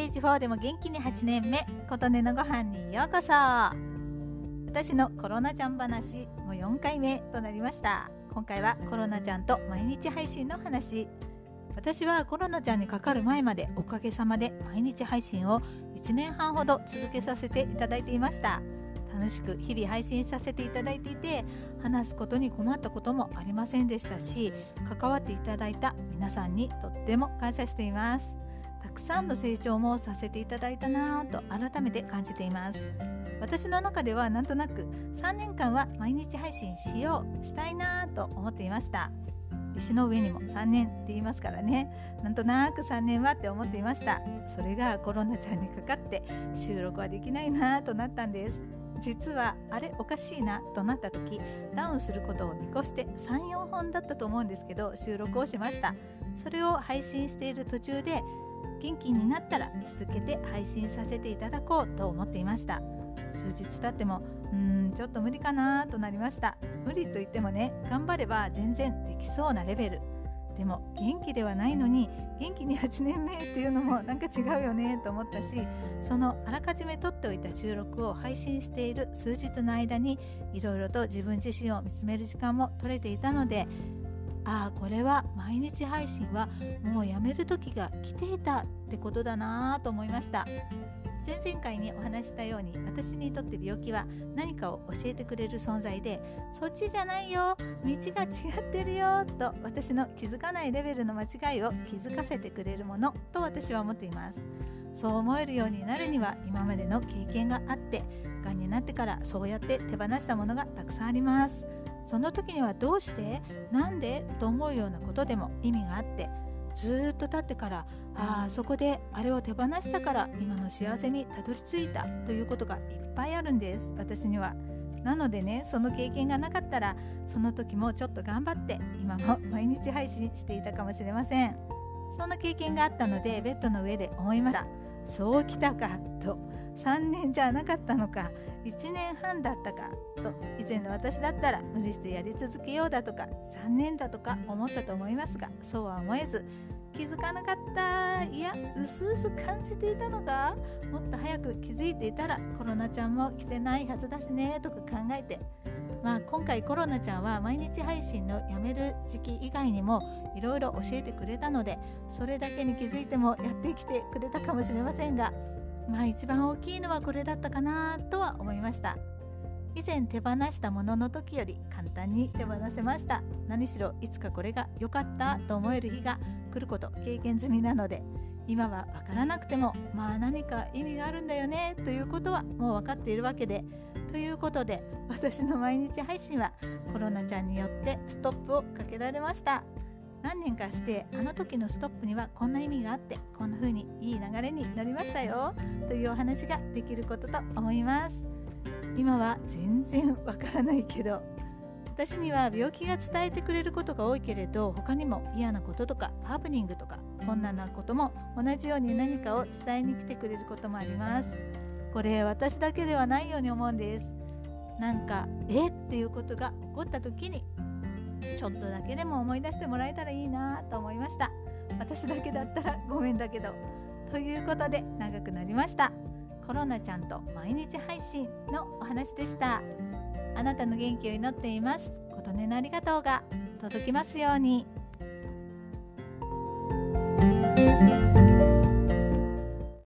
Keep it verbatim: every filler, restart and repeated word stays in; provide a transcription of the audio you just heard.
ージフォーでも元気にはちねんめ、琴音のご飯にようこそ。私のコロナちゃん話もうよんかいめとなりました。今回はコロナちゃんと毎日配信の話。私はコロナちゃんにかかる前までおかげさまで毎日配信をいちねんはんほど続けさせていただいていました。楽しく日々配信させていただいていて、話すことに困ったこともありませんでしたし、関わっていただいた皆さんにとっても感謝しています。たくさんの成長もさせていただいたなぁと改めて感じています。私の中ではなんとなくさんねんかんは毎日配信しようしたいなぁと思っていました。石の上にもさんねんって言いますからね、なんとなくさんねんはって思っていました。それがコロナちゃんにかかって収録はできないなぁとなったんです。実はあれおかしいなとなった時、ダウンすることを見越してさん、よんほんだったと思うんですけど収録をしました。それを配信している途中で元気になったら続けて配信させていただこうと思っていました。数日経ってもうーんちょっと無理かなとなりました。無理と言ってもね、頑張れば全然できそうなレベル。でも元気ではないのに元気にはちねんめっていうのもなんか違うよねと思ったし、そのあらかじめ撮っておいた収録を配信している数日の間にいろいろと自分自身を見つめる時間も取れていたので、ああこれは毎日配信はもうやめる時が来ていたってことだなと思いました。前々回にお話したように、私にとって病気は何かを教えてくれる存在で、そっちじゃないよ、道が違ってるよと私の気づかないレベルの間違いを気づかせてくれるものと私は思っています。そう思えるようになるには今までの経験があって、がんになってからそうやって手放したものがたくさんあります。その時にはどうしてなんでと思うようなことでも意味があって、ずっと経ってからああそこであれを手放したから今の幸せにたどり着いたということがいっぱいあるんです、私には。なのでね、その経験がなかったらその時もちょっと頑張って今も毎日配信していたかもしれません。そんな経験があったのでベッドの上で思いました。そうきたかと、さんねんじゃなかったのか、いちねんはんだったかと、以前の私だったら無理してやり続けようだとかさんねんだとか思ったと思いますが、そうは思えず、気づかなかった、いやうすうす感じていたのか、もっと早く気づいていたらコロナちゃんも来てないはずだしねとか考えて、まあ今回コロナちゃんは毎日配信のやめる時期以外にもいろいろ教えてくれたので、それだけに気づいてもやってきてくれたかもしれませんが、まあ一番大きいのはこれだったかなとは思いました。以前手放したものの時より簡単に手放せました。何しろいつかこれが良かったと思える日が来ること経験済みなので、今は分からなくてもまあ何か意味があるんだよねということはもう分かっているわけで、ということで私の毎日配信はコロナちゃんによってストップをかけられました。何年かしてあの時のストップにはこんな意味があって、こんな風にいい流れになりましたよというお話ができることと思います。今は全然わからないけど、私には病気が伝えてくれることが多いけれど、他にも嫌なこととかハプニングとか困難なことも同じように何かを伝えに来てくれることもあります。これ私だけではないように思うんです。なんかえっていうことが起こった時にちょっとだけでも思い出してもらえたらいいなと思いました。私だけだったらごめんだけど。ということで長くなりました。コロナちゃんと毎日配信のお話でした。あなたの元気を祈っています。琴音のありがとうが届きますように。